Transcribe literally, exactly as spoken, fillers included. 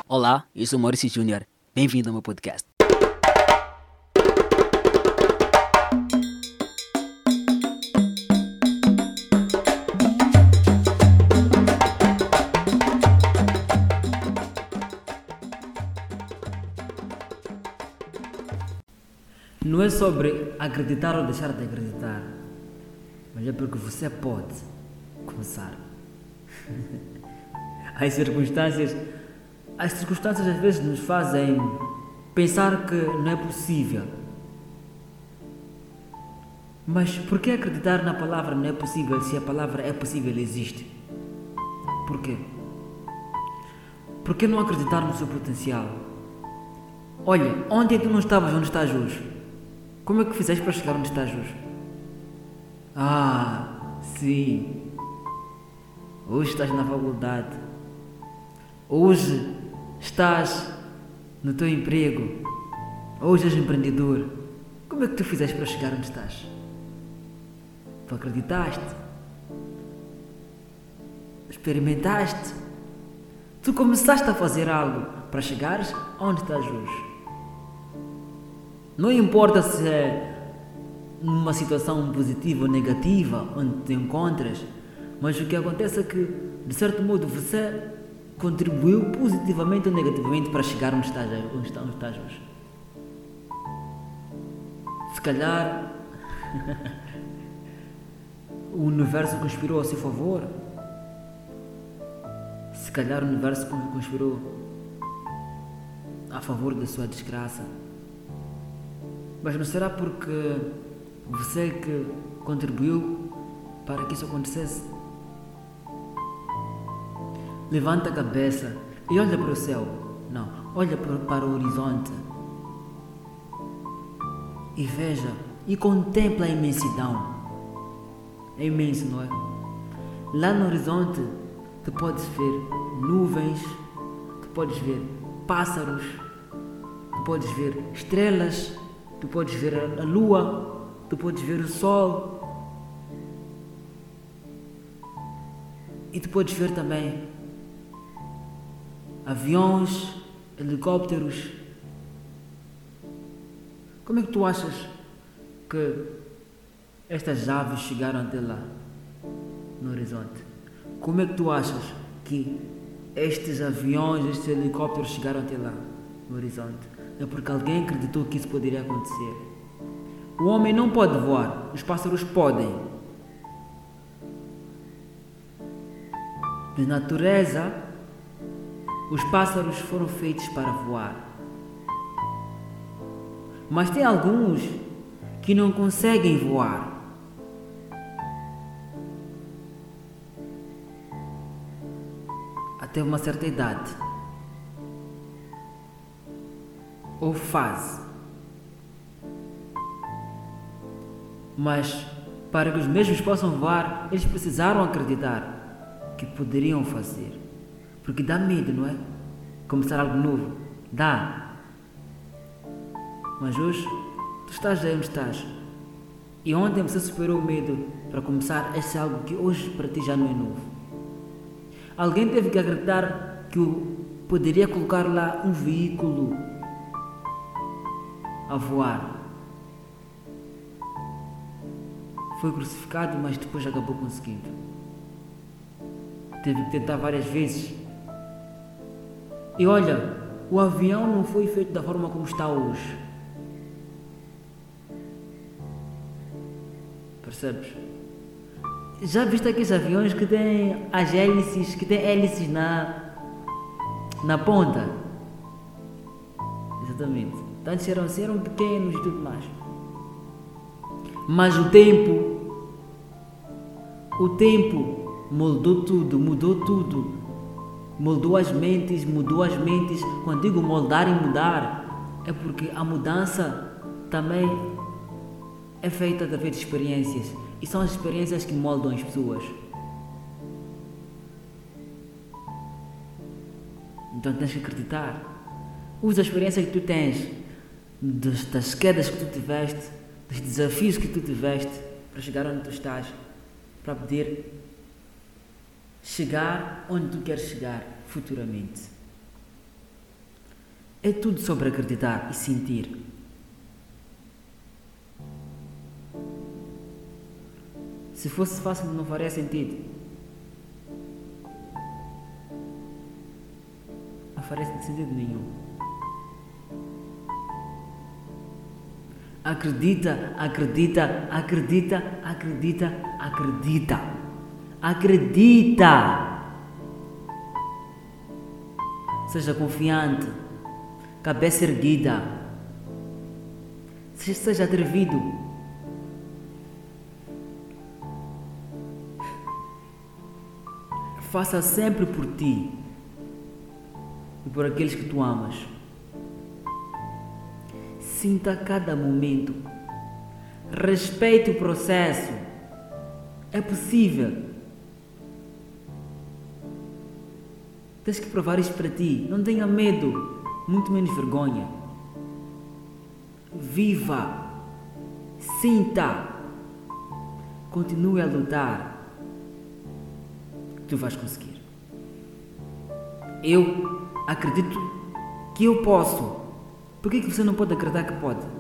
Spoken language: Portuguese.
Olá, eu sou Maurício Júnior. Bem-vindo ao meu podcast. Não é sobre acreditar ou deixar de acreditar, mas é porque você pode começar. As circunstâncias, as circunstâncias às vezes nos fazem pensar que não é possível. Mas por que acreditar na palavra não é possível se a palavra é possível existe? Por quê? Por que não acreditar no seu potencial? Olha, ontem tu não estavas onde estás hoje. Como é que fizeste para chegar onde estás hoje? Ah, sim. Hoje estás na faculdade. Hoje estás no teu emprego. Hoje és empreendedor. Como é que tu fizeste para chegar onde estás? Tu acreditaste? Experimentaste? Tu começaste a fazer algo para chegares onde estás hoje. Não importa se é numa situação positiva ou negativa onde te encontras, mas o que acontece é que, de certo modo, você contribuiu positivamente ou negativamente para chegar onde estás, onde estás, onde estás hoje. Se calhar o universo conspirou a seu favor. Se calhar o universo conspirou a favor da sua desgraça. Mas não será porque você que contribuiu para que isso acontecesse? Levanta a cabeça e olha para o céu. Não, olha para o horizonte. E veja, e contempla a imensidão. É imenso, não é? Lá no horizonte, tu podes ver nuvens, tu podes ver pássaros, tu podes ver estrelas, tu podes ver a lua, tu podes ver o sol. E tu podes ver também aviões, helicópteros. Como é que tu achas que estas aves chegaram até lá, no horizonte? Como é que tu achas que estes aviões, estes helicópteros chegaram até lá, no horizonte? É porque alguém acreditou que isso poderia acontecer. O homem não pode voar, os pássaros podem. Na natureza, os pássaros foram feitos para voar. Mas tem alguns que não conseguem voar. Até uma certa idade. Ou fase. Mas para que os mesmos possam voar, eles precisaram acreditar que poderiam fazer. Porque dá medo, não é? Começar algo novo. Dá. Mas hoje, tu estás aí onde estás. E ontem você superou o medo para começar esse algo que hoje para ti já não é novo. Alguém teve que acreditar que poderia colocar lá um veículo a voar. Foi crucificado, mas depois acabou conseguindo. Teve que tentar várias vezes. E olha, o avião não foi feito da forma como está hoje. Percebes? Já viste aqueles aviões que têm as hélices, que têm hélices na, na ponta? Exatamente. Tantos eram assim, eram pequenos e tudo mais. Mas o tempo, o tempo moldou tudo, mudou tudo. Moldou as mentes, mudou as mentes. Quando digo moldar e mudar, é porque a mudança também é feita através de experiências. E são as experiências que moldam as pessoas. Então tens que acreditar. Usa a experiência que tu tens, das, das quedas que tu tiveste, dos desafios que tu tiveste para chegar onde tu estás, para poder chegar onde tu queres chegar futuramente. É tudo sobre acreditar e sentir. Se fosse fácil, não faria sentido. Não faria sentido nenhum. Acredita, acredita, acredita, acredita, acredita. Acredita. Seja confiante. Cabeça erguida. Seja atrevido. Faça sempre por ti e por aqueles que tu amas. Sinta cada momento. Respeite o processo. É possível. Tens que provar isto para ti. Não tenha medo, muito menos vergonha. Viva. Sinta. Continue a lutar. Tu vais conseguir. Eu acredito que eu posso. Por que que você não pode acreditar que pode?